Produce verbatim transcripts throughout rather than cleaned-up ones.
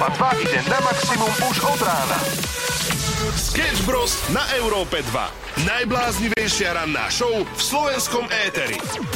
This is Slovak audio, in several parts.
dva ide na maximum už od rána. Sketch Bros. Na Európe dva. Najbláznivejšia ranná show v slovenskom éteri.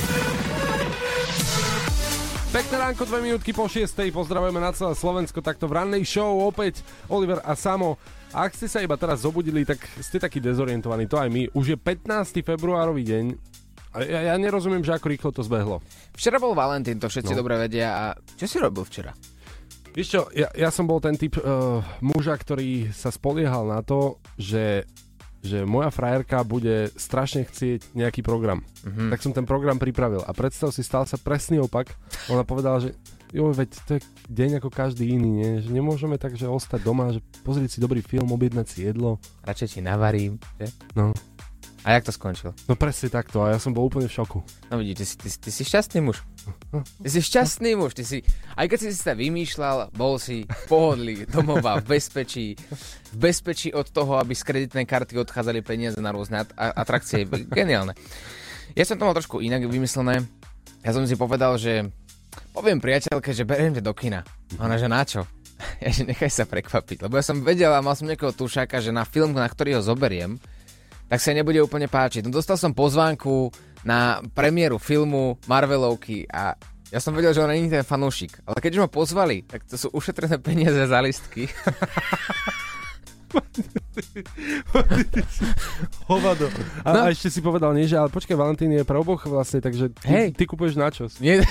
Pekné ránko, dve minútky po šiestej, pozdravujeme na celé Slovensko, takto v rannej show opäť Oliver a Samo. A ak ste sa iba teraz zobudili, tak ste takí dezorientovaní, to aj my. Už je pätnásteho februárový deň a ja, ja nerozumiem, že ako rýchlo to zbehlo. Včera bol Valentín, to všetci no. dobre vedia. A čo si robil včera? Vieš čo, ja, ja som bol ten typ uh, muža, ktorý sa spoliehal na to, že že moja frajerka bude strašne chcieť nejaký program. Mm-hmm. Tak som ten program pripravil a predstav si, stal sa presný opak. Ona povedala, že jo, veď to je deň ako každý iný, nie? Že nemôžeme tak, že ostať doma, že pozrieť si dobrý film, objednať si jedlo. Radšej ti navarím, že? No. A jak to skončilo? No presne takto a ja som bol úplne v šoku. No vidíš, ty si, ty, ty si šťastný muž. Ty si šťastný muž, ty si, aj keď si si sa vymýšľal, bol si v pohodlí, domova, v bezpečí, v bezpečí od toho, aby z kreditnej karty odchádzali peniaze na rôzne atrakcie. Geniálne. Ja som to mal trošku inak vymyslené. Ja som si povedal, že poviem priateľke, že beriem ťa do kina. Ona, že na čo? Ja, že nechaj sa prekvapiť, lebo ja som vedel a mal som nejakého tušáka, že na film, na ktorý ho zoberiem, tak sa nebude úplne páčiť. No dostal som pozvánku na premiéru filmu Marvelovky a ja som vedel, že on nie je ten fanúšik. Ale keďže ma pozvali, tak to sú ušetrené peniaze za listky. Hovado. A, no. a ešte si povedal, nie, že ale počkaj, Valentín je pre oboch vlastne, takže ty, hey. ty kupuješ načos. Nie.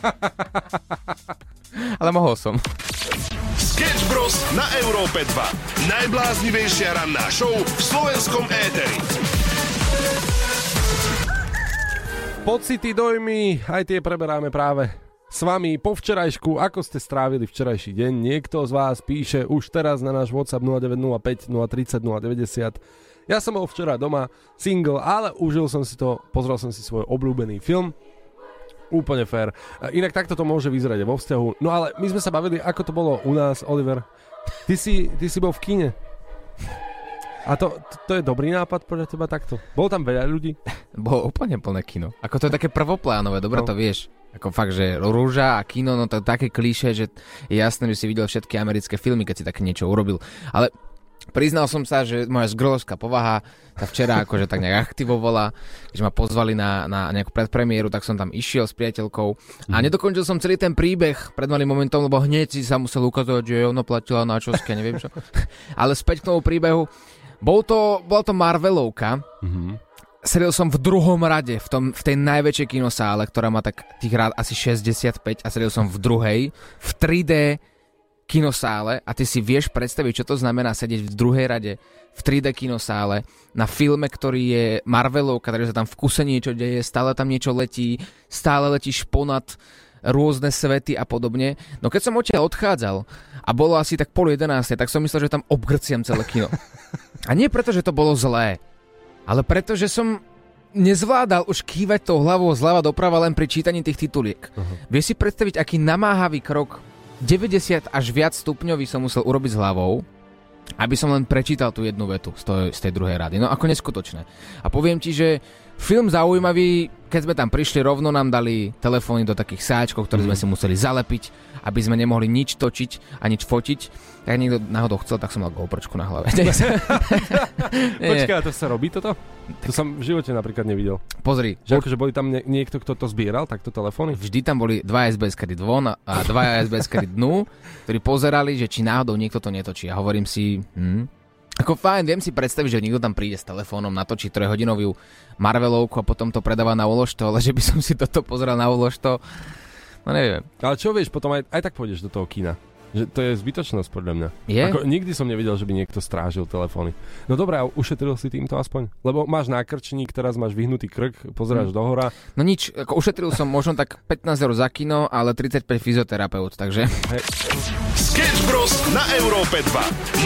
Ale mohol som. Sketch Bros. Na Európe dva. Najbláznivejšia ranná show v slovenskom éteri. Pocity, dojmy, aj tie preberáme práve s vami po včerajšku. Ako ste strávili včerajší deň? Niekto z vás píše už teraz na náš WhatsApp nula deväť nula päť, nula tri nula, nula deväťdesiat. Ja som bol včera doma single, ale užil som si to, pozrel som si svoj obľúbený film. Úplne fér. Inak takto to môže vyzerať vo vzťahu. No ale my sme sa bavili, ako to bolo u nás, Oliver. Ty si, ty si bol v kine. A to, to, to je dobrý nápad podľa teba takto? Bolo tam veľa ľudí? Bolo úplne plné kino. Ako to je také prvoplánové, dobre no. to vieš. Ako fakt, že rúža a kino, no to je také klíše, že je jasné, že si videl všetky americké filmy, keď si také niečo urobil. Ale priznal som sa, že moja zgrlovská povaha sa včera akože tak nejak aktivovala, keď ma pozvali na, na nejakú predpremiéru, tak som tam išiel s priateľkou a nedokončil som celý ten príbeh pred malým momentom, lebo hneď si sa musel ukazovať, že ono platila na čosky, neviem čo. Ale späť k tomu príbehu, bol to, bola to Marvelovka. Mm-hmm. Sedel som v druhom rade, v, tom, v tej najväčšej kinosále, ktorá má tak tých rád asi šesťdesiatpäť a sedel som v druhej, v tri dé kinosále a ty si vieš predstaviť, čo to znamená sedieť v druhej rade v tri dé kinosále na filme, ktorý je Marvelovka, takže sa tam v kuse niečo deje, stále tam niečo letí, stále letíš ponad rôzne svety a podobne. No keď som odtiaľ odchádzal a bolo asi tak pol jedenástej, tak som myslel, že tam obgrciam celé kino. A nie preto, že to bolo zlé, ale preto, že som nezvládal už kývať tou hlavou zľava doprava len pri čítaní tých tituliek. Uh-huh. Vieš si predstaviť, aký namáhavý krok deväťdesiat až viac stupňový som musel urobiť s hlavou, aby som len prečítal tú jednu vetu z, toho, z tej druhej rady. No ako neskutočné. A poviem ti, že film zaujímavý, keď sme tam prišli, rovno nám dali telefóny do takých sáčkov, ktoré sme si museli zalepiť, aby sme nemohli nič točiť a nič fotiť. Ak niekto náhodou chcel, tak som mal GoPročku na hlave. Počkaj, to sa robí toto? To som v živote napríklad nevidel. Pozri. Že akože boli tam nie, niekto, kto to zbieral, takto telefóny? Vždy tam boli dva es bé es kedy dvon a dva es bé es kedy dnu, ktorí pozerali, že či náhodou niekto to netočí. A hovorím si, hm, ako fajn, viem si predstaviť, že niekto tam príde s telefónom, natočí trojhodinovú Marvelovku a potom to predáva na Uložto, ale že by som si toto pozeral na Uložto, no neviem. Ale čo vieš, potom aj, aj tak pôjdeš do toho kína. Že to je zbytočnosť podľa mňa. Je? Ako, nikdy som nevidel, že by niekto strážil telefóny. No dobré, a ušetril si týmto aspoň? Lebo máš nákrčník, teraz máš vyhnutý krk, pozeráš hmm. dohora. No nič, ako ušetril som možno tak pätnásť eur za kino, ale tridsaťpäť fyzioterapeut, takže... Hey. Sketch Bros. Na Európe dva.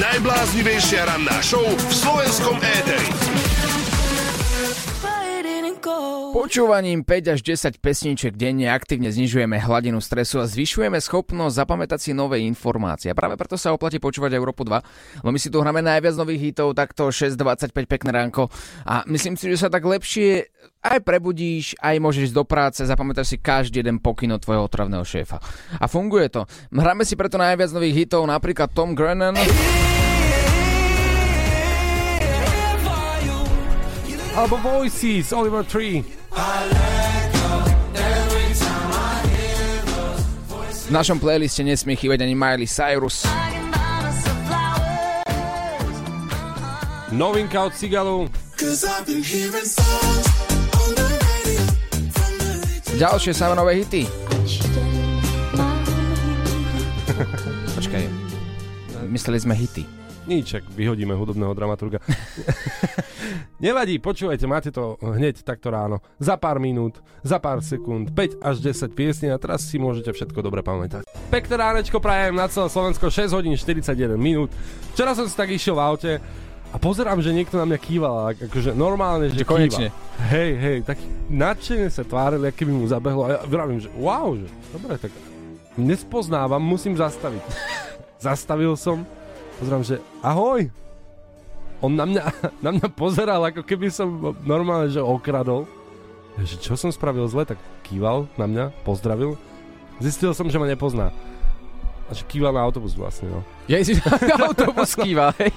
Najbláznivejšia ranná show v slovenskom éteri. Počúvaním päť až desať pesniček denne aktívne znižujeme hladinu stresu a zvyšujeme schopnosť zapamätať si nové informácie. A práve preto sa oplatí počúvať Európu dva. No my si tu hráme najviac nových hitov, takto šesť dvadsaťpäť pekné ránko. A myslím si, že sa tak lepšie aj prebudíš, aj môžeš ísť do práce, zapamätáš si každý jeden pokyn od tvojho otravného šéfa. A funguje to. Hráme si preto najviac nových hitov, napríklad Tom Grennan. Alebo Voices, Oliver Tree. V našom playliste nesmie chýbať ani Miley Cyrus. Novinka od Sigalu. Ďalšie samé nové hity. Počkaj, mysleli sme hity. Nič, ak vyhodíme hudobného dramaturga. Nevadí, počúvajte, máte to hneď takto ráno. Za pár minút, za pár sekúnd, päť až desať piesní a teraz si môžete všetko dobre pamätať. Pekné ránečko prajem na celé Slovensko, šesť hodín štyridsaťjeden minút. Včera som si tak išiel v aute a pozerám, že niekto na mňa kýval, akože normálne, že konečne. Kýva. Hej, hej, tak nadšene sa tvárili, aké by mu zabehlo a ja vravím, že wow, že dobre, tak nespoznávam, musím zastaviť. Zastavil som. Pozerám, že ahoj. On na mňa, na mňa pozeral, ako keby som normálne, že okradol. Že čo som spravil zle, tak kýval na mňa, pozdravil. Zistil som, že ma nepozná. A že kýval na autobus vlastne, no. Ja si na autobus kýval, hej.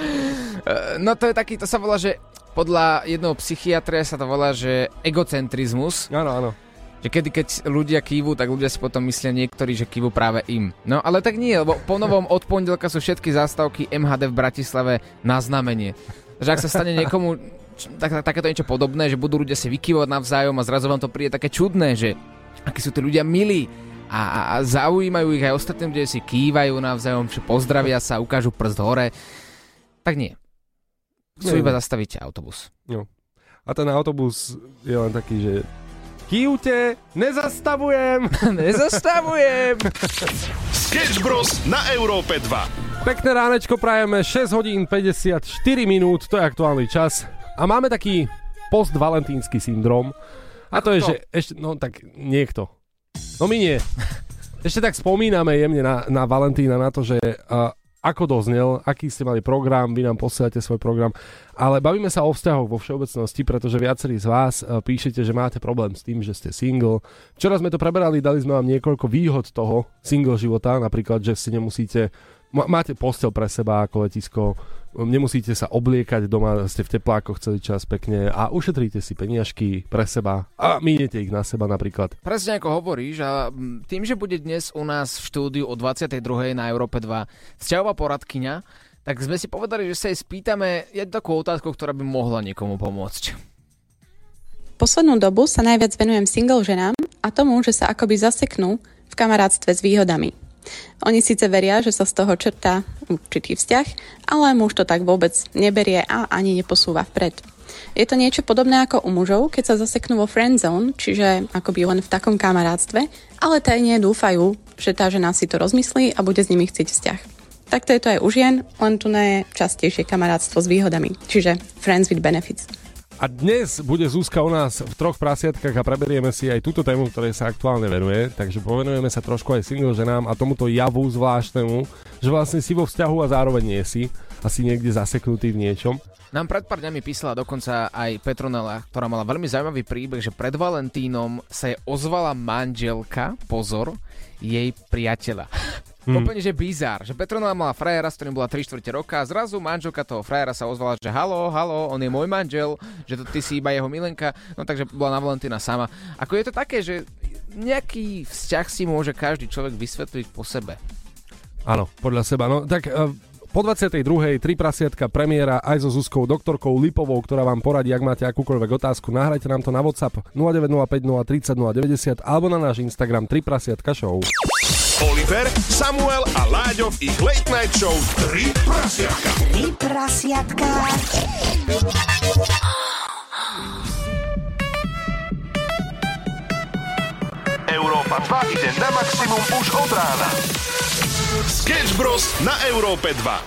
No to je taký, to sa volá, že podľa jednoho psychiatra sa to volá, že egocentrizmus. Áno, áno. Že kedy keď ľudia kývu, tak ľudia si potom myslia niektorí, že kývu práve im. No ale tak nie, lebo po novom od pondelka sú všetky zástavky em há dé v Bratislave na znamenie. Takže ak sa stane niekomu tak, takéto niečo podobné, že budú ľudia si vykývať navzájom a zrazu vám to príde také čudné, že akí sú tí ľudia milí a, a, a zaujímajú ich aj ostatní ľudia, si kývajú navzájom, že pozdravia sa, ukážu prst hore. Tak nie. Chcú iba zastaviť autobus. Jo. A ten autobus je len taký, že kývte, nezastavujem! Nezastavujem! Sketch Bros. Na Európe dva. Pekné ránečko prajeme, šesť hodín päťdesiatštyri minút, to je aktuálny čas. A máme taký postvalentínsky syndrom. A to je, že ešte, no tak niekto. No my nie. Ešte tak spomíname jemne na, na Valentína, na to, že uh, ako doznel, aký ste mali program, vy nám posielate svoj program, ale bavíme sa o vzťahoch vo všeobecnosti, pretože viacerí z vás uh, píšete, že máte problém s tým, že ste single. Včera sme to preberali, dali sme vám niekoľko výhod toho single života, napríklad, že si nemusíte, m- máte posteľ pre seba ako letisko, nemusíte sa obliekať doma, ste v teplákoch celý čas pekne a ušetríte si peniažky pre seba a miniete ich na seba napríklad. Presne ako hovoríš, a tým, že bude dnes u nás v štúdiu o dvadsiatej druhej na Európe dva vzťahová poradkyňa, tak sme si povedali, že sa jej spýtame jednu takú otázku, ktorá by mohla niekomu pomôcť. Poslednú dobu sa najviac venujem single ženám a tomu, že sa akoby zaseknú v kamarátstve s výhodami. Oni síce veria, že sa z toho črtá určitý vzťah, ale muž to tak vôbec neberie a ani neposúva vpred. Je to niečo podobné ako u mužov, keď sa zaseknú vo friendzone, čiže akoby len v takom kamarátstve, ale tajne dúfajú, že tá žena si to rozmyslí a bude s nimi chcieť vzťah. Takto je to aj u žien, len tu je častejšie kamarátstvo s výhodami, čiže friends with benefits. A dnes bude Zuzka u nás v troch prasiatkách a preberieme si aj túto tému, ktorej sa aktuálne venuje, takže povenujeme sa trošku aj single ženám a tomuto javu zvláštnemu, že vlastne si vo vzťahu a zároveň nie si, asi niekde zaseknutý v niečom. Nám pred pár dňami písala dokonca aj Petronela, ktorá mala veľmi zaujímavý príbeh, že pred Valentínom sa jej ozvala manželka, pozor, jej priateľa. Hmm. Úplne, že bizár, že Petronela mala frajera, s ktorým bola tri štvrte roka a zrazu manželka toho frajera sa ozvala, že halo, halo, on je môj manžel, že to ty si iba jeho milenka, no takže bola na Valentína sama. Ako je to také, že nejaký vzťah si môže každý človek vysvetliť po sebe. Áno, podľa seba, no tak uh, po dvadsiatej druhej tri prasiatka premiéra aj so Zuzkou doktorkou Lipovou, ktorá vám poradí, ak máte akúkoľvek otázku, nahrajte nám to na WhatsApp nula deväť nula päť nula tridsať nula deväťdesiat alebo na náš Instagram tri prasiatka show. Oliver, Samuel a Láďo v ich Late Night Show tri prasiatka. tri prasiatka. Európa dva ide na maximum už od rána. Sketch Bros. Na Európe dva.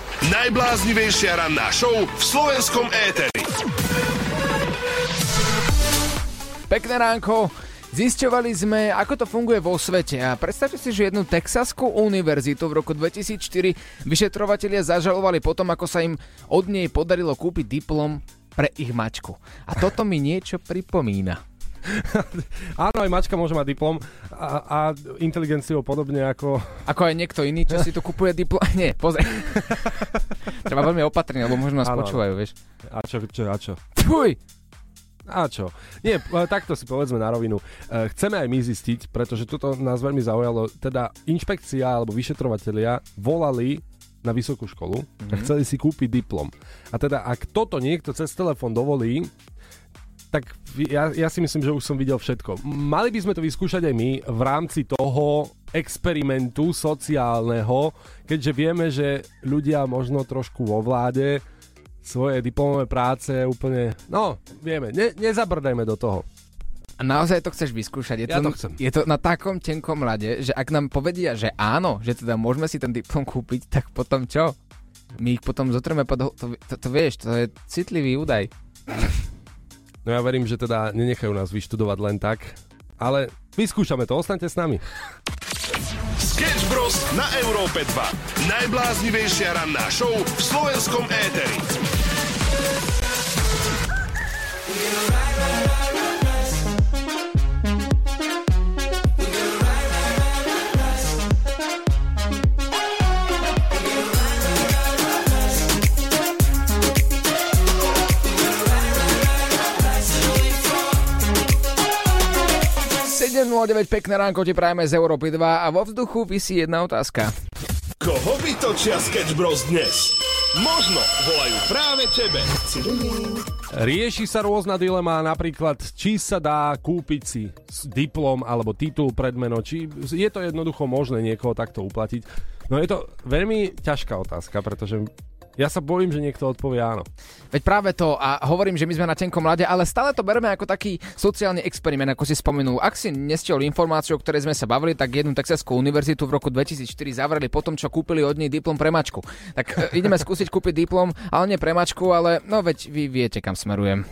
Najbláznivejšia ranná show v slovenskom éteri. Pekné ránko. Zisťovali sme, ako to funguje vo svete a predstavte si, že jednu Texaskú univerzitu v roku dvetisícštyri vyšetrovatelia zažalovali potom, ako sa im od nej podarilo kúpiť diplom pre ich mačku. A toto mi niečo pripomína. Áno, aj mačka môže mať diplom a, a inteligenciou podobne ako... Ako aj niekto iný, čo si tu kupuje diplom. Nie, pozri. Treba veľmi opatrne, lebo možno nás áno, počúvajú, vieš. A čo, čo, a čo? Fuj! A čo? Nie, takto si povedzme na rovinu. Chceme aj my zistiť, pretože toto nás veľmi zaujalo, teda inšpekcia alebo vyšetrovatelia volali na vysokú školu mm-hmm. a chceli si kúpiť diplom. A teda ak toto niekto cez telefón dovolí, tak ja, ja si myslím, že už som videl všetko. Mali by sme to vyskúšať aj my v rámci toho experimentu sociálneho, keďže vieme, že ľudia možno trošku vo vláde svoje diplomové práce úplne... No, vieme, ne, nezabrdajme do toho. A naozaj to chceš vyskúšať? Je ja to, to chcem. Je to na takom tenkom ľade, že ak nám povedia, že áno, že teda môžeme si ten diplom kúpiť, tak potom čo? My ich potom zotreme pod... To, to, to vieš, to je citlivý údaj. No ja verím, že teda nenechajú nás vyštudovať len tak, ale vyskúšame to, ostaňte s nami. Sketch Bros. Na Európe dva. Najbláznivejšia ranná show v slovenskom éteri. sedem nula deväť, pekné ránko ti prajeme z Európy dva a vo vzduchu visí jedna otázka. Koho vytočia Sketch Bros dnes? Možno volajú práve tebe. Rieši sa rôzna dilema, napríklad, či sa dá kúpiť si diplom alebo titul predmeno, či je to jednoducho možné niekoho takto uplatiť. No je to veľmi ťažká otázka, pretože ja sa bojím, že niekto odpovie áno. Veď práve to a hovorím, že my sme na tenkom ľade, ale stále to bereme ako taký sociálny experiment, ako si spomenul. Ak si nestiel informáciu, o ktorej sme sa bavili, tak jednu Texaskú univerzitu v roku dvetisícštyri zavreli po tom, čo kúpili od nej diplom pre mačku. Tak e, ideme skúsiť kúpiť diplom, ale nie pre mačku, ale no veď vy viete, kam smerujem.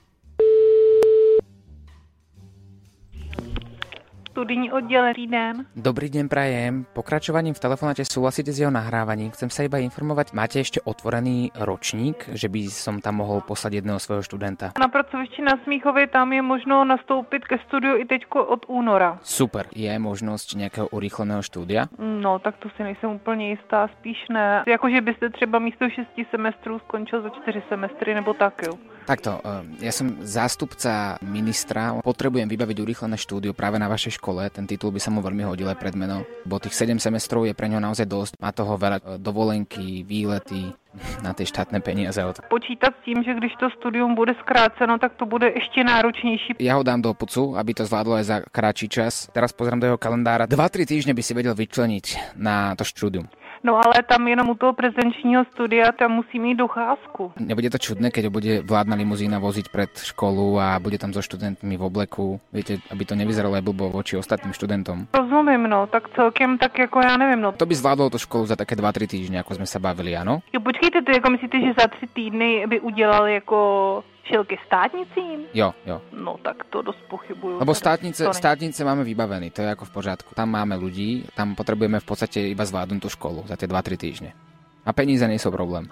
Studijní odděl, dobrý den. Dobrý deň prajem. Pokračovaním v telefonáte súhlasíte s jeho nahrávaním. Chcem sa iba informovať, máte ešte otvorený ročník, že by som tam mohol poslať jedného svojho študenta? Na pracovišti na Smíchově tam je možno nastoupit ke studiu i teďko od února. Super. Je možnosť nejakého urýchleného štúdia? No, tak to si nejsem úplně jistá, spíš ne. Jakože byste třeba místo šesti semestrů skončil za čtyři semestry nebo tak, jo. Takto, ja som zástupca ministra, potrebujem vybaviť urýchlené štúdio práve na vašej škole, ten titul by sa mu veľmi hodil aj predmeno, bo tých sedem semestrov je pre ňo naozaj dosť, má toho veľa, dovolenky, výlety, na tie štátne peniaze. Počítať s tím, že když to studium bude skráceno, tak to bude ešte náročnejší. Ja ho dám do pucu, aby to zvládlo aj za kratší čas. Teraz pozriem do jeho kalendára. dva tri týždne by si vedel vyčleniť na to štúdium. No ale tam jenom u toho prezenčního studia tam musí mít docházku. Nebude to čudné, keď ho bude vládna limuzína voziť pred školu a bude tam so študentmi v obleku, viete, aby to nevyzeralo aj blbo voči ostatným študentom. Rozumím, no, tak celkem tak jako já nevím, no. To by zvládlo tú školu za také dva tri týždne, ako sme sa bavili, áno? Jo, počkejte, to jako myslíte, že za tři týdny by udělal jako šilky státnicím? Jo, jo. No tak to dosť pochybujú. Lebo státnice, státnice máme vybavený, to je ako v pořádku. Tam máme ľudí, tam potrebujeme v podstate iba zvládnuť tú školu za tie dva tri týždne. A peníze nie sú problém.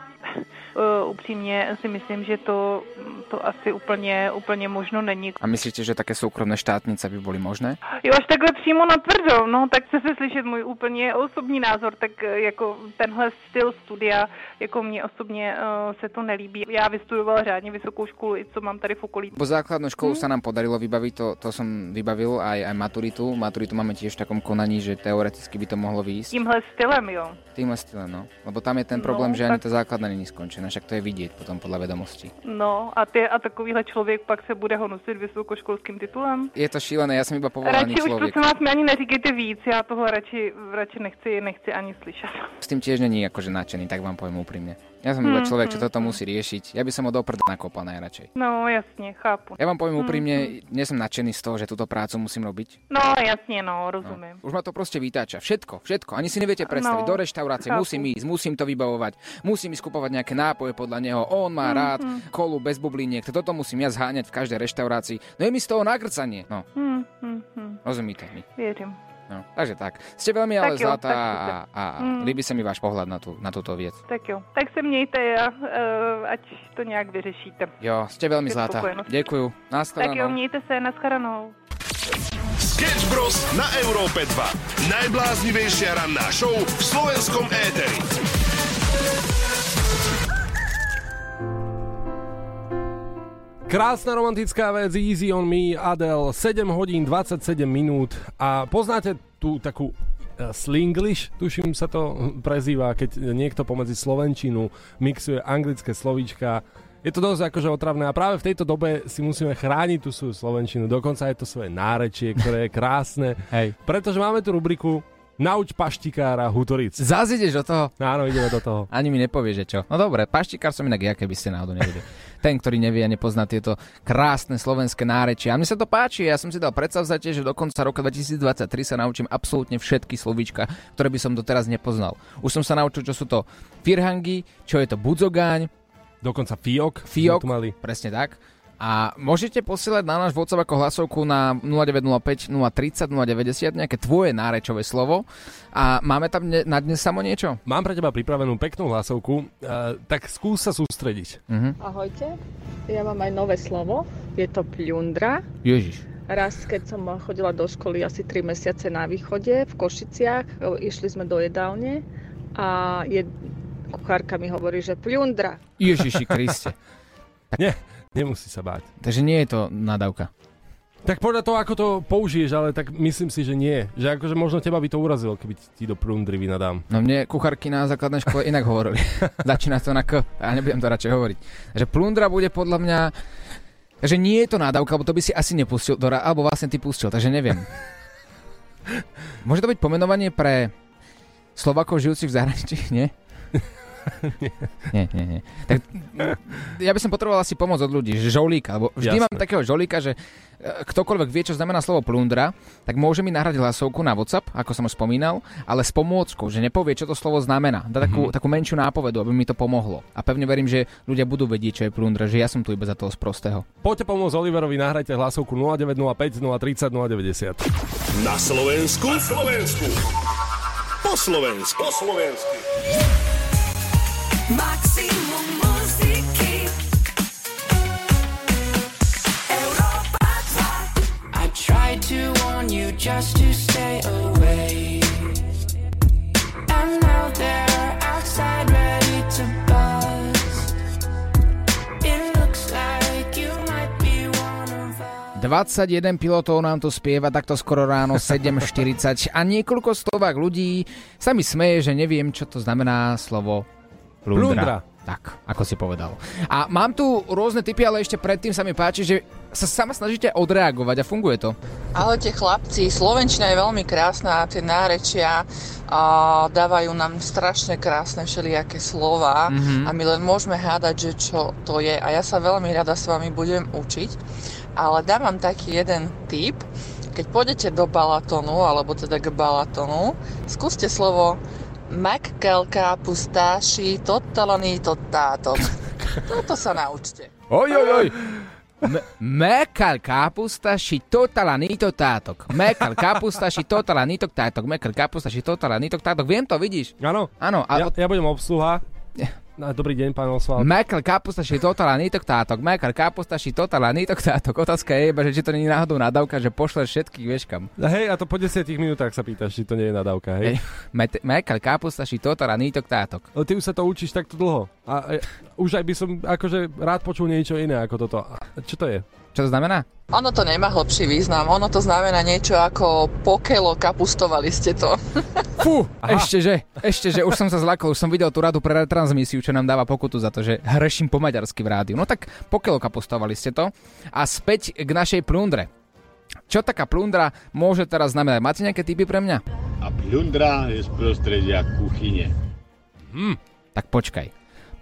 Uh, upřímně si myslím, že to, to asi úplně, úplně možno není. A myslíte, že také súkromné štátnice by boli možné? Jo, až takhle přímo natvrdo, no tak chce se slyšet můj úplně osobní názor, tak jako tenhle styl studia, jako mně osobně uh, se to nelíbí. Já vystudovala řádně vysokou školu, i co mám tady v okolí. Po základnú školu hmm. sa nám podarilo vybaviť, to, to som vybavil aj, aj maturitu. Maturitu máme tiež v takom konaní, že teoreticky by to mohlo výjsť. Tímhle stylem, jo. Týmhle stylem, no. Lebo tam je ten problém, no, že tak... ani tá základná není skončená, však to je vidieť potom podľa vedomostí. No a, ty, a takovýhle člověk pak se bude honosit vysokoškolským titulem? Je to šílené, ja som iba povolaný radši človek. Radši už prosím vás mi ani neříkejte víc, já tohle radši, radši nechci, nechci ani slyšet. S tým tiež není akože nadšený, tak vám poviem úprimne. Ja som iba človek, čo toto musí riešiť. Ja by som ho do prda nakopal najradšej. No jasne, chápu. Ja vám poviem úprimne, nie som nadšený z toho, že túto prácu musím robiť. No jasne, no, rozumiem. No. Už ma to proste vytáča. Všetko, všetko. Ani si neviete predstaviť. No, do reštaurácie chápu. musím ísť, musím to vybavovať. Musím ísť kupovať nejaké nápoje podľa neho. On má mm-hmm. rád kolu bez bubliniek. Toto musím ja zháňať v každej reštaurácii. No je mi z toho nakrcanie. No. Mm-hmm. Rozumíte mi? Vierim. No, takže tak. Ste veľmi ale tak zlatá jo, a, a mm. líbi sa mi váš pohľad na, tú, na túto vec. Tak jo, tak se mějte a uh, ať to nějak vyřešíte. Jo, ste veľmi zlatá. Ďakujem. Tak jo, mějte se, naschledanou. Sketch Bros. Na Európe dva. Najbláznivejšia ranná show v slovenskom éteri. Krásna romantická vec, Easy on me, Adele, sedem hodín dvadsaťsedem minút a poznáte tú takú uh, slinglish, tuším sa to prezýva, keď niekto pomedzi slovenčinu mixuje anglické slovíčka. Je to dosť akože otravné a práve v tejto dobe si musíme chrániť tú svoju slovenčinu, dokonca je to svoje nárečie, ktoré je krásne. Hej. Pretože máme tú rubriku Nauč paštikára Hutoric. Zás ideš do toho? Áno, ideme do toho. Ani mi nepovieš, že čo. No dobre, paštikár som inak ja, keby ste náhodou nevedeli. Ten, ktorý nevie a nepozná tieto krásne slovenské nárečia. A mne sa to páči, ja som si dal predsavzatie, že do konca roka dvetisícdvadsaťtri sa naučím absolútne všetky slovíčka, ktoré by som doteraz nepoznal. Už som sa naučil, čo sú to firhangy, čo je to budzogáň, dokonca fiok. Fiok, presne tak. A môžete posielať na náš WhatsApp ako hlasovku na nula deväť nula päť nula tridsať nula deväťdesiat nejaké tvoje nárečové slovo. A máme tam ne- na dnes samo niečo? Mám pre teba pripravenú peknú hlasovku, uh, tak skús sa sústrediť. Uh-huh. Ahojte, ja mám aj nové slovo, je to pľundra. Ježiš. Raz, keď som chodila do školy asi tri mesiace na východe v Košiciach, išli sme do jedálne a jed... kuchárka mi hovorí, že pľundra. Ježiši Kriste. Tak... Nie. Nemusí sa báť. Takže nie je to nadávka. Tak podľa toho, ako to použiješ, ale tak myslím si, že nie. Že akože možno teba by to urazilo, keby ti do plundry vynadám. No mne kuchárky na základnej škole inak hovorili. Začína to na K a nebudem to radšej hovoriť. Že plundra bude podľa mňa... Že nie je to nadávka, lebo to by si asi nepustil, Dora, alebo vlastne ty pustil, takže neviem. Môže to byť pomenovanie pre Slovákov žijúcich v zahraničí, nie? nie. nie, nie, nie. Tak ja by som potreboval asi pomoc od ľudí, že žolíka, lebo vždy Jasne. Mám takého žolíka, že ktokoľvek vie, čo znamená slovo plundra, tak môže mi nahrať hlasovku na WhatsApp, ako som už spomínal, ale s pomôckou, že nepovie, čo to slovo znamená. Dá takú, mm-hmm. takú menšiu nápovedu, aby mi to pomohlo. A pevne verím, že ľudia budú vedieť, čo je plundra, že ja som tu iba za toho sprostého. Poďte pomôcť Oliverovi, nahrajte hlasovku nula deväť nula päť nula tridsať nula deväťdesiat. Na Slovensku, na Slovensku, po Slovensku, po Slovensku. Maximum muziky Európa dva. I tried to warn you just to stay away, and now they're outside ready to buzz. It looks like you might be one of us. dvadsaťjeden pilotov nám to spieva takto skoro ráno, sedem štyridsať a niekoľko stovák ľudí sa mi smeje, že neviem, čo to znamená slovo plundra. Tak, ako si povedal. A mám tu rôzne tipy, ale ešte predtým sa mi páči, že sa sama snažíte odreagovať a funguje to. Ahojte chlapci, slovenčina je veľmi krásna, tie nárečia a dávajú nám strašne krásne všelijaké slova mm-hmm. a my len môžeme hádať, že čo to je a ja sa veľmi rada s vami budem učiť, ale dám vám taký jeden tip. Keď pôjdete do Balatonu, alebo teda k Balatonu, skúste slovo Makkel kápustáši, totalaný totátok. Toto sa naučte. Oj, oj, oj. Makkel kápustáši, totalaný totátok. Makkel kápustáši, totalaný totátok. Makkel kápustáši, totalaný totátok. Viem to, vidíš? Áno. Áno. Ja, ja budem obsluha. Dobrý deň, pán Osvald. Makkel kápustaši totálny toktátok. Makkel kápustaši totálny toktátok. Otázka je iba, že či to nie je náhodou nadávka, že pošleš všetkých, vieš kam. Hej, a to po desiatich minútach sa pýtaš, či to nie je nadávka, hej? hej. Makkel kápustaši totálny toktátok. Ale ty už sa to učíš takto dlho. A, a už aj by som akože rád počul niečo iné ako toto. A čo to je? Čo to znamená? Ono to nemá hlbší význam. Ono to znamená niečo ako pokelo, kapustovali ste to. Fú, ešte že, ešte že, už som sa zlakol, už som videl tú radu pre retransmisiu, čo nám dáva pokutu za to, že hreším po maďarsky v rádiu. No tak pokelo kapustovali ste to. A späť k našej plundre. Čo taká plundra môže teraz znamenať? Máte nejaké tipy pre mňa? A plundra je z prostredia kuchyne. Hmm, tak počkaj.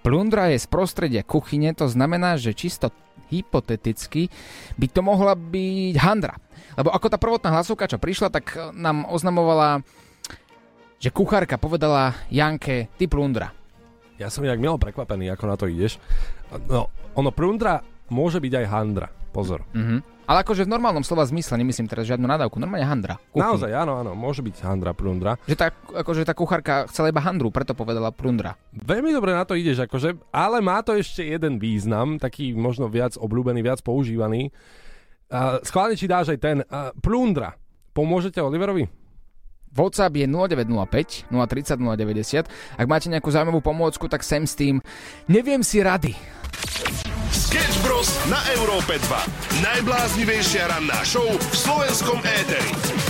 Plundra je z prostredia kuchyne, to znamená, že čisto hypoteticky by to mohla byť handra. Lebo ako tá prvotná hlasovka, čo prišla, tak nám oznamovala, že kuchárka povedala Janke, ty plundra. Ja som inak milo prekvapený, ako na to ideš. No, ono plundra môže byť aj handra. Pozor. Mhm. Ale akože v normálnom slova zmysle, nemyslím teraz žiadnu nadávku, normálne handra. Kuchyň. Naozaj, áno, áno, môže byť handra, plundra. Že tá, akože tá kuchárka chcela iba handru, preto povedala plundra. Veľmi dobre na to ideš, akože, ale má to ešte jeden význam, taký možno viac obľúbený, viac používaný. Uh, schválne, či dáš aj ten. Uh, plundra. Pomôžete Oliverovi? WhatsApp je nula deväť nula päť, nula tri nula, nula deväťdesiat. Ak máte nejakú zaujímavú pomôcku, tak sem s tým. Neviem si rady. Sketch Bros. Na Európe dva. Najbláznivejšia ranná show v slovenskom éteri.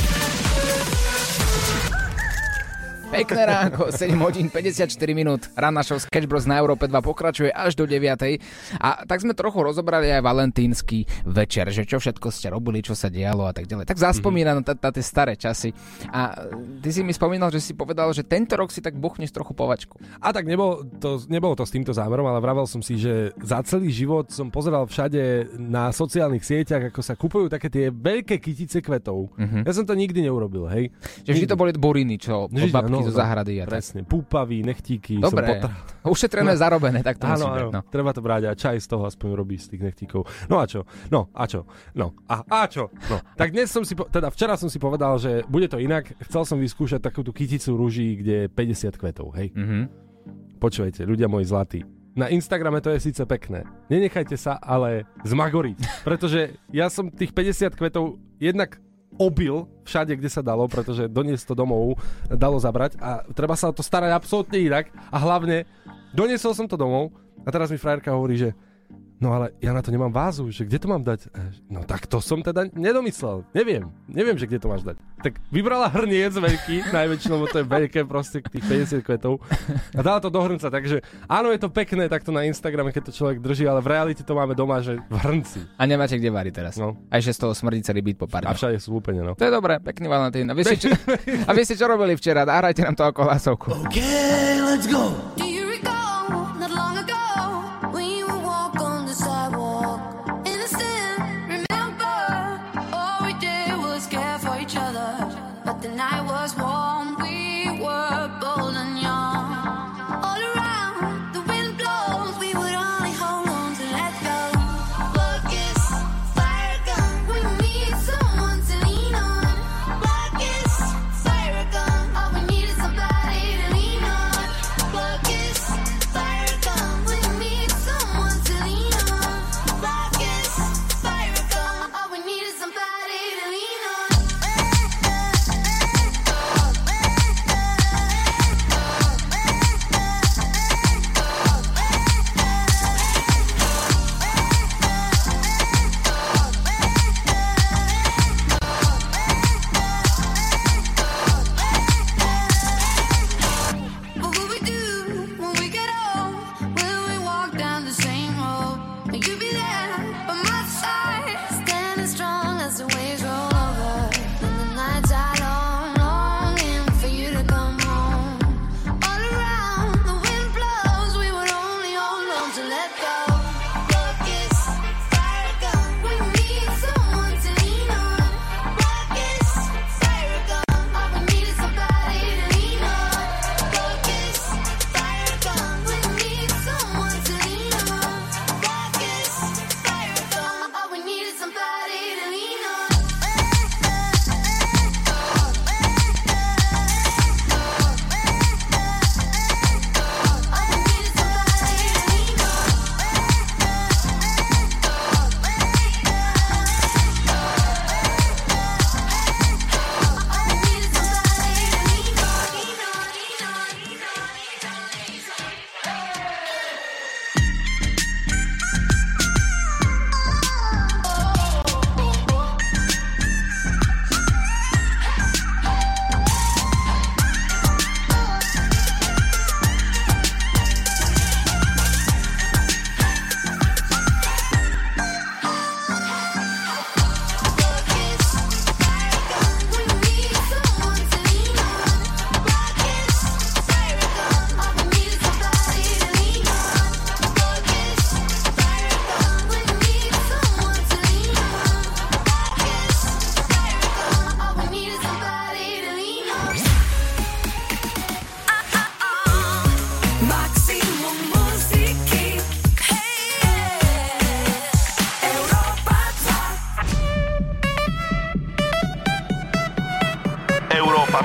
Pekné ránko, sedem hodín päťdesiatštyri minút. Ranná show Sketch Bros. Na Európe dva pokračuje až do deviatej. A tak sme trochu rozobrali aj valentínsky večer, že čo všetko ste robili, čo sa dialo a tak ďalej. Tak zaspomínam mm-hmm. na tie staré časy. A ty si mi spomínal, že si povedal, že tento rok si tak buchneš trochu povačku. A tak nebolo to, nebolo to s týmto zámerom, ale vravel som si, že za celý život som pozeral všade na sociálnych sieťach, ako sa kupujú také tie veľké kytice kvetov. Mm-hmm. Ja som to nikdy neurobil, hej. Že vždy to boli buriny, čo od babky no, zo záhrady. A presne, púpavy, nechtíky. Dobre, potra... ušetrené, no, zarobené, tak to áno, musí byť. No. Treba to brať a čaj z toho aspoň robí z tých nechtíkov. No a čo? No a čo? No a, a čo? No. Tak dnes som si, po... teda včera som si povedal, že bude to inak. Chcel som vyskúšať takú tú kyticu ruží, kde je päťdesiat kvetov, hej? Mm-hmm. Počúvajte, ľudia moji zlatí. Na Instagrame to je síce pekné. Nenechajte sa ale zmagoriť, pretože ja som tých päťdesiat kvetov jednak obil všade, kde sa dalo, pretože doniesť to domov dalo zabrať a treba sa to starať absolútne inak a hlavne doniesol som to domov a teraz mi frajerka hovorí, že no ale ja na to nemám vázu, že kde to mám dať? No tak to som teda nedomyslel. Neviem, neviem, že kde to máš dať. Tak vybrala hrniec veľký, najväčší, lebo to je veľké proste tých päťdesiat kvetov a dala to do hrnca, takže áno, je to pekné takto na Instagrame, keď to človek drží, ale v realite to máme doma, že v hrnci. A nemáte kde variť teraz. No. A ešte z toho smrdí celý byt po pár dňoch. A všade sú úplne, no. To je dobré, pekný Valentín. A vy ste čo, a vy ste čo robili včera? Hrajte nám to ako hlasovku. Okay, let's go.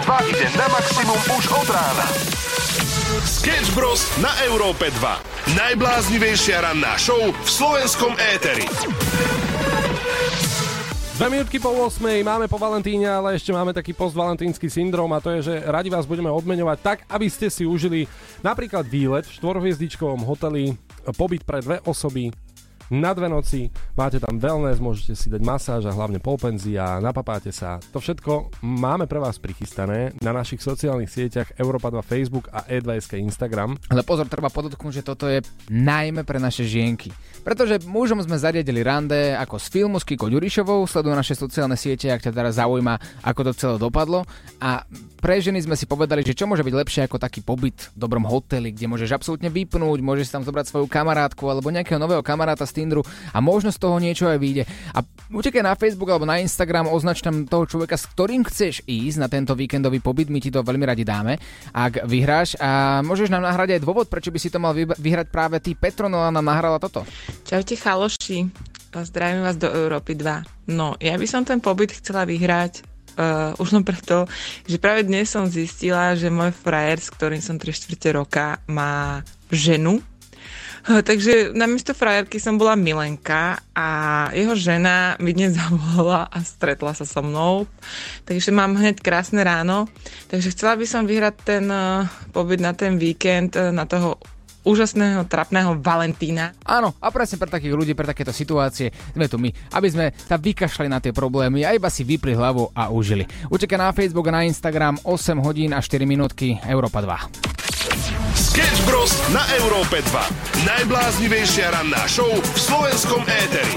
dva ide na maximum už od rána. Sketch Bros. Na Európe dva. Najbláznivejšia ranná show v slovenskom éteri. Dve minútky po ôsmej, máme po Valentíne, ale ešte máme taký postvalentínsky syndrom a to je, že radi vás budeme odmeňovať tak, aby ste si užili napríklad výlet v štvorhviezdičkovom hoteli, pobyt pre dve osoby na dve noci, máte tam wellness, môžete si dať masáž a hlavne polpenzia, napapáte sa. To všetko máme pre vás prichystané na našich sociálnych sieťach Európa dva Facebook a é dva es ká Instagram. Ale pozor, treba podotknúť, že toto je najmä pre naše žienky. Pretože mužom sme zariadili rande ako z filmu s Kikou Ďurišovou, sledujú naše sociálne siete, ak ťa teraz zaujíma, ako to celé dopadlo. A pre ženy sme si povedali, že čo môže byť lepšie ako taký pobyt v dobrom hoteli, kde môžeš absolútne vypnúť, môžeš si tam zobrať svoju kamarátku alebo nejakého nového kamaráta z Tinderu a možno z toho niečo aj vyjde. A utekaj na Facebook alebo na Instagram, označ tam toho človeka, s ktorým chceš ísť na tento víkendový pobyt, my ti to veľmi radi dáme, ak vyhráš, a môžeš nám nahrať aj dôvod, prečo by si to mal vyhrať práve ty. Petronela nám nahrala toto. Čaute chaloši, zdravím vás do Európy dva. No, ja by som ten pobyt chcela vyhrať uh, už len preto, že práve dnes som zistila, že môj frajer, s ktorým som tri štvrte roka, má ženu. Uh, takže namiesto frajerky som bola Milenka a jeho žena mi dnes zavolala a stretla sa so mnou. Takže mám hneď krásne ráno. Takže chcela by som vyhrať ten uh, pobyt na ten víkend, uh, na toho úžasného, trapného Valentína. Áno, a presne pre takých ľudí, pre takéto situácie sme tu my, aby sme sa vykašľali na tie problémy a iba si vypli hlavu a užili. Učekaj na Facebook a na Instagram, osem hodín a štyri minútky, Európa dva. Sketch Bros. Na Európe dva. Najbláznivejšia ranná show v slovenskom éteri.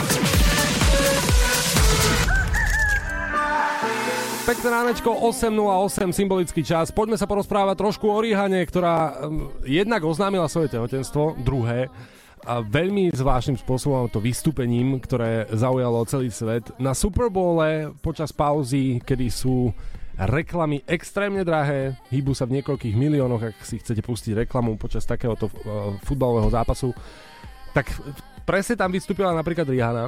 Pekné ránečko, osem nula osem, symbolický čas. Poďme sa porozprávať trošku o Rihane, ktorá um, jednak oznámila svoje tehotenstvo, druhé, a veľmi zvláštnym spôsobom to vystúpením, ktoré zaujalo celý svet. Na Super Bowle počas pauzy, kedy sú reklamy extrémne drahé, hýbu sa v niekoľkých miliónoch, ak si chcete pustiť reklamu počas takéhoto uh, futbalového zápasu, tak presne tam vystúpila napríklad Rihanna,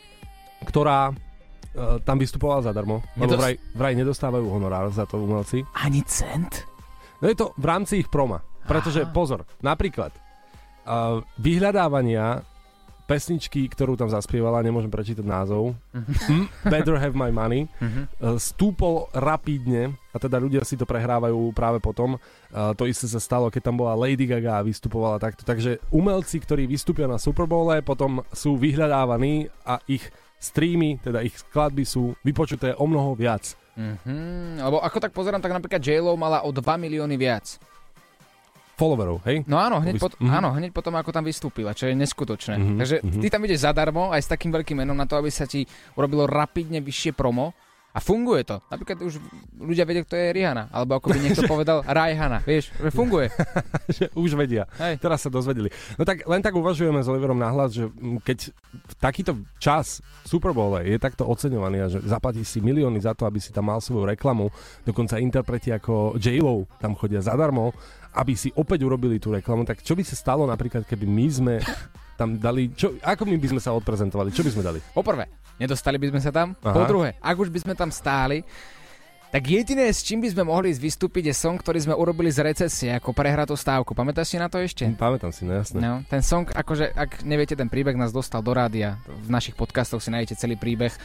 ktorá Uh, tam vystupoval zadarmo, lebo Nedost... vraj, vraj nedostávajú honorár za to umelci. Ani cent? No je to v rámci ich proma. Pretože, Aha. pozor, napríklad uh, vyhľadávania pesničky, ktorú tam zaspievala, nemôžem prečítať názov, uh-huh. Better Have My Money, uh-huh. uh, stúpol rapidne, a teda ľudia si to prehrávajú práve potom. Uh, to isté sa stalo, keď tam bola Lady Gaga a vystupovala takto. Takže umelci, ktorí vystúpia na Super Bowle, potom sú vyhľadávaní a ich streamy, teda ich skladby sú vypočuté o mnoho viac. Mm-hmm, lebo ako tak pozerám, tak napríklad J-Lo mala o dva milióny viac followerov, hej? No áno, hneď, pot- mm-hmm. áno, hneď potom, ako tam vystúpila, čo je neskutočné. Mm-hmm. Takže mm-hmm. ty tam ideš zadarmo aj s takým veľkým menom na to, aby sa ti urobilo rapidne vyššie promo. A funguje to. Napríklad už ľudia vedia, kto je Rihanna. Alebo ako by niekto povedal Rajhana. Vieš, že funguje. Už vedia. Hej. Teraz sa dozvedeli. No tak len tak uvažujeme s Oliverom nahlas, že keď takýto čas Super Bowl je takto oceňovaný a že zaplatí si milióny za to, aby si tam mal svoju reklamu, dokonca interpreti ako J-Lo tam chodia zadarmo, aby si opäť urobili tú reklamu, tak čo by sa stalo napríklad, keby my sme tam dali, čo, ako my by sme sa odprezentovali, čo by sme dali? Poprvé, nedostali by sme sa tam. Aha. Po druhé, ak už by sme tam stáli, tak jediné, s čím by sme mohli vystúpiť, je song, ktorý sme urobili z Recesie, ako prehratú stávku. Pamätáš si na to ešte? Pamätám si, no jasné. No, ten song, akože, ak neviete, ten príbeh nás dostal do rádia. V našich podcastoch si nájdete celý príbeh.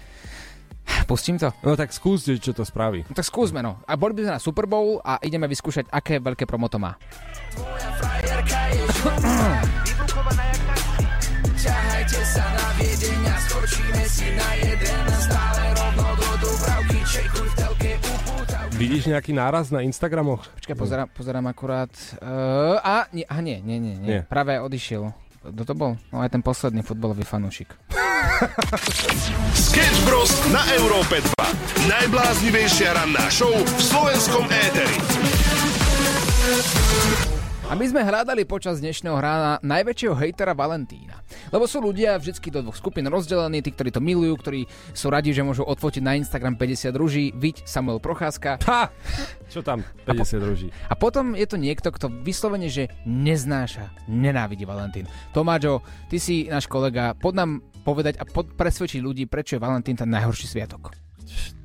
Pustím to? No tak skúste, čo to spraví. No tak skúsme, no. A boli by sme na Super Bowl a ideme vyskúšať, aké veľké promo to má. Ťahajte sa na Viedeň a skočíme si na jeden, stále rovno do Dubravky, čekuj v telke upútav. Vidíš nejaký náraz na Instagramoch? Počkaj, pozerám, pozerám akurát. Uh, a, nie, a nie, nie, nie, nie. nie. Práve odišiel. Kto to bol? No aj ten posledný futbalový fanúšik. Sketch Bros. Na Európe dva. Najbláznivejšia ranná show v slovenskom éteri. A my sme hľadali počas dnešného rána najväčšieho hejtera Valentína. Lebo sú ľudia vždycky do dvoch skupín rozdelení, tí, ktorí to milujú, ktorí sú radi, že môžu odfotiť na Instagram päťdesiat ruží, viď Samuel Procházka. Ha! Čo tam? päťdesiat ruží. A potom je to niekto, kto vyslovene, že neznáša, nenávidí Valentín. Tomáčo, ty si náš kolega, poď nám povedať a pod presvedčiť ľudí, prečo je Valentín ten najhorší sviatok.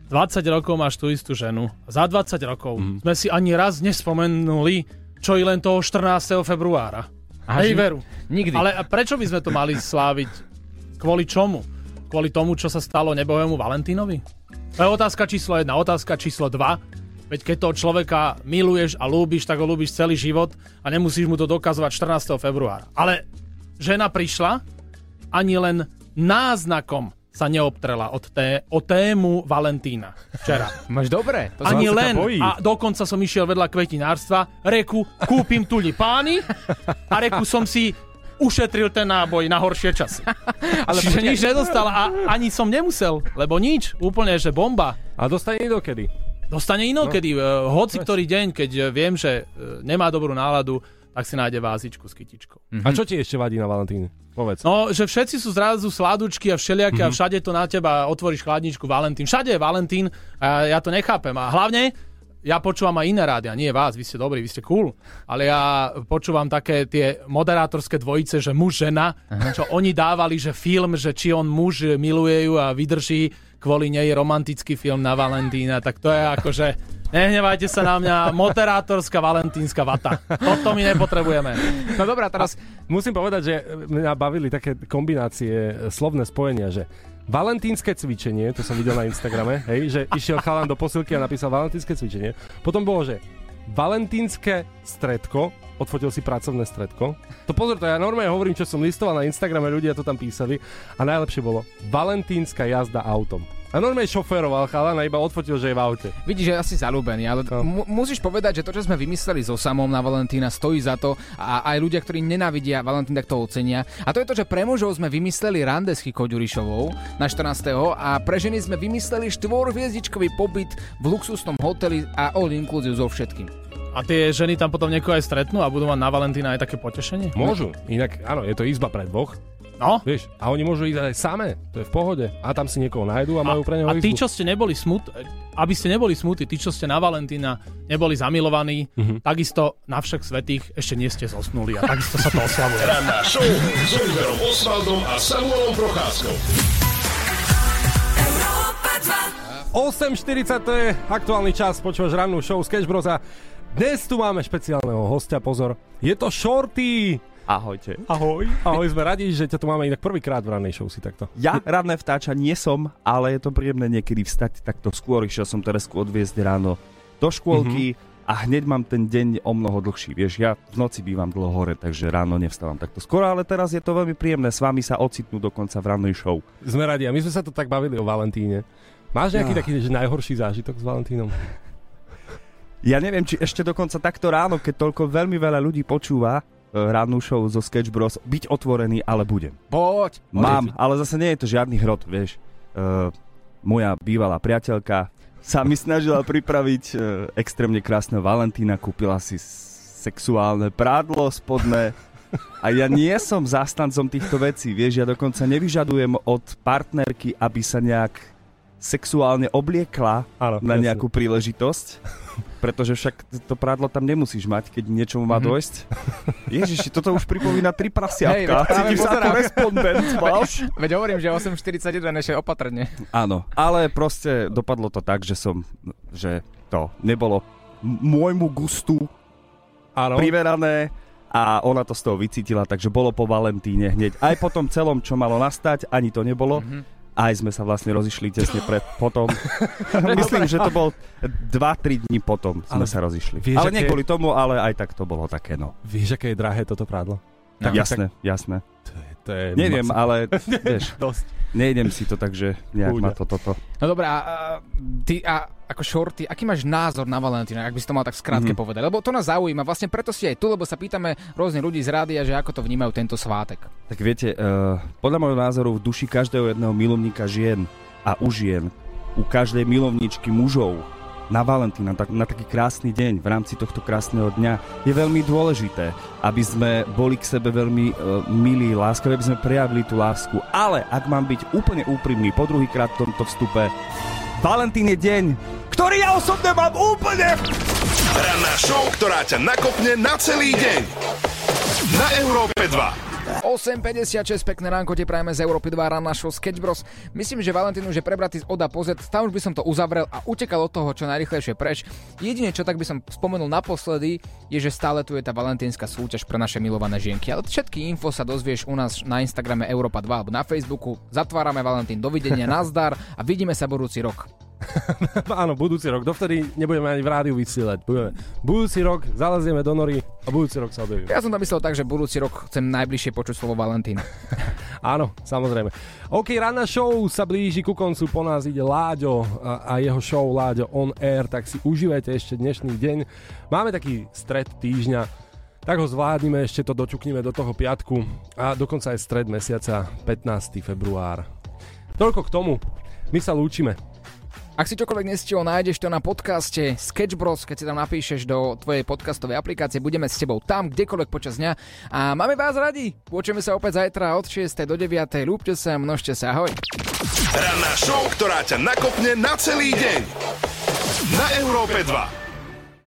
dvadsať rokov máš tú istú ženu. Za dvadsať rokov mm. sme si ani raz nespomenuli, čo i len toho štrnásteho februára. Aha, hej, veru. Nikdy. Ale prečo by sme to mali sláviť? Kvôli čomu? Kvôli tomu, čo sa stalo nebohému Valentínovi? To je otázka číslo jedna. Otázka číslo dva. Veď keď toho človeka miluješ a ľúbiš, tak ho ľúbiš celý život a nemusíš mu to dokazovať štrnásteho februára. Ale žena prišla, ani len náznakom sa neobtrela od té, o tému Valentína včera. Máš dobre. To ani len. A dokonca som išiel vedľa kvetinárstva, reku, kúpim tulipány a reku som si ušetril ten náboj na horšie časy. Ale čiže nič nedostal a ani som nemusel, lebo nič. Úplne, že bomba. A dostane inokedy. Dostane inokedy. No. Hoci ktorý deň, keď viem, že nemá dobrú náladu, tak si nájde vázičku s kytičkou. Mm-hmm. A čo ti ešte vadí na Valentíne? Povedz. No, že všetci sú zrazu sládučky a všelijaké mm-hmm. a všade to na teba otvoríš chladničku Valentín. Všade je Valentín a ja to nechápem. A hlavne ja počúvam aj iné rádia. Nie vás, vy ste dobrí, vy ste cool. Ale ja počúvam také tie moderátorské dvojice, že muž, žena, aha. čo oni dávali, že film, že či on muž miluje ju a vydrží kvôli nej romantický film na Valentína. Tak to je akože... Nehnevajte sa na mňa, moderátorská valentínska vata. Toto my nepotrebujeme. No dobrá, teraz musím povedať, že mňa bavili také kombinácie, slovné spojenia, že valentínske cvičenie, to som videl na Instagrame, hej, že išiel chalan do posilky a napísal valentínske cvičenie. Potom bolo, že valentínske stredko, odfotil si pracovné stredko. To pozor, to ja normálne hovorím, čo som listoval na Instagrame, ľudia to tam písali. A najlepšie bolo valentínska jazda autom. A normálne šoféroval chalan a iba odfotil, že je v aute. Vidíš, že je asi zalúbený, ale no. mu- musíš povedať, že to, čo sme vymysleli so Samom na Valentína, stojí za to a aj ľudia, ktorí nenávidia Valentín, tak to ocenia. A to je to, že pre mužov sme vymysleli rande s Chikou Ďurišovou na štrnásteho a pre ženy sme vymysleli štvorhviezdičkový pobyt v luxusnom hoteli a all inclusive so všetkým. A tie ženy tam potom niekoho aj stretnú a budú mať na Valentína aj také potešenie? Môžu. Inak, áno, je to izba pre dvoch. No. Vieš, a oni môžu ísť aj samé, to je v pohode. A tam si niekoho nájdu a majú pre neho A tí, izbu. čo ste neboli smut, aby ste neboli smutí, tí, čo ste na Valentína neboli zamilovaní, mm-hmm. takisto na však svätých ešte nie ste zosnuli a takisto sa to oslavuje. Ranná show s Oliverom Osvaldom a Samuelom Procházkou. osem štyridsať, to je aktuálny čas, počúvaš rannú show Sketch Bros a dnes tu máme špeciálneho hostia, pozor, je to Shorty. Ahojte. Ahoj. Ahoj, sme radi, že ťa tu máme inak prvýkrát v rannej show si takto. Ja ranné vtáča nie som, ale je to príjemné niekedy vstať takto skôr. Išiel som Teresku odviezť ráno do škôlky mm-hmm. a hneď mám ten deň o mnoho dlhší. Vieš, ja v noci bývam dlho hore, takže ráno nevstávam takto skoro, ale teraz je to veľmi príjemné s vami sa ocitnúť dokonca v rannej show. Sme radi a my sme sa tu tak bavili o Valentíne. Máš nejaký ja. taký že najhorší zážitok s Valentínom? Ja neviem, či ešte dokonca takto ráno, keď toľko veľmi veľa ľudí počúva rannú show zo Sketch Bros, byť otvorený, ale budem. Poď. Mám, ale zase nie je to žiadny hrot, vieš. Uh, moja bývalá priateľka sa mi snažila pripraviť uh, extrémne krásneho Valentína, kúpila si sexuálne prádlo spodné a ja nie som zástancom týchto vecí, vieš, ja dokonca nevyžadujem od partnerky, aby sa nejak sexuálne obliekla Áno, na nejakú jasne. príležitosť, pretože však to prádlo tam nemusíš mať, keď niečomu má mm-hmm. dojsť. Ježiši, toto už pripomína tri prasiatka. Hej, cítim sa ako respondent. Veď hovorím, že osem štyridsaťjeden ešte opatrne. Áno, ale proste dopadlo to tak, že som, že to nebolo môjmu gustu Áno. priverané a ona to z toho vycítila, takže bolo po Valentíne hneď. Aj po tom celom, čo malo nastať, ani to nebolo. Mm-hmm. Aj sme sa vlastne rozišli tesne pred potom. Myslím, že to bol dva tri dní potom sme ale sa rozišli. Vieš, ale nie kvôli tomu, ale aj tak to bolo také, no. Vieš, aké je drahé toto prádlo? Tak, jasné, tak... jasné. To je, to je Neviem, max... ale vieš, nejdem si to, takže nejak má to toto. No dobré, a, a ty a ako Shorty, aký máš názor na Valentína, ak by si to mal tak skrátke mm-hmm. povedať? Lebo to nás zaujíma, vlastne preto si aj tu, lebo sa pýtame rôznych ľudí z rádia, že ako to vnímajú tento svátek. Tak viete, uh, podľa môjho názoru v duši každého jedného milovníka žien a u žien, u každej milovničky mužov na Valentína, na taký krásny deň, v rámci tohto krásneho dňa, je veľmi dôležité, aby sme boli k sebe veľmi uh, milí, láskaví, aby sme prejavili tú lásku. Ale ak mám byť úplne úprimný, po druhýkrát v tomto vstupe, Valentín je deň, ktorý ja osobne mám úplne... Ranná show, ktorá ťa nakopne na celý deň. Na Európe dva. osem päťdesiatšesť, pekné ránko, te prajeme z Európy dva, ranná show Sketch Bros. Myslím, že Valentín už je prebratý z Oda pozet, tam už by som to uzavrel a utekal od toho čo najrýchlejšie preč. Jedine, čo tak by som spomenul naposledy, je, že stále tu je tá valentínska súťaž pre naše milované žienky. Ale všetky info sa dozvieš u nás na Instagrame Európa dva alebo na Facebooku. Zatvárame Valentín, dovidenia, nazdar a vidíme sa budúci rok. Áno, budúci rok, dovtedy nebudeme ani v rádiu vysielať. Budeme. Budúci rok zalezieme do nory a budúci rok sa objavíme. Ja som to myslel tak, že budúci rok chcem najbližšie počuť slovo Valentín. Áno, samozrejme. OK, ranná show sa blíži ku koncu, po nás ide Láďo a, a jeho show Láďo on air, tak si užívajte ešte dnešný deň. Máme taký stred týždňa, tak ho zvládnime, ešte to dočukneme do toho piatku a dokonca aj stred mesiaca, pätnásteho február. Toľko k tomu, my sa lúčime. Ak si čokoľvek nestihol, nájdeš to na podcaste Sketch Bros, keď si tam napíšeš do tvojej podcastovej aplikácie, budeme s tebou tam, kdekoľvek počas dňa. A máme vás radi, počujeme sa opäť zajtra od šiestej do deviatej, ľúbte sa, množte sa, ahoj. Ranná show, ktorá ťa nakopne na celý deň. Na Európe dva.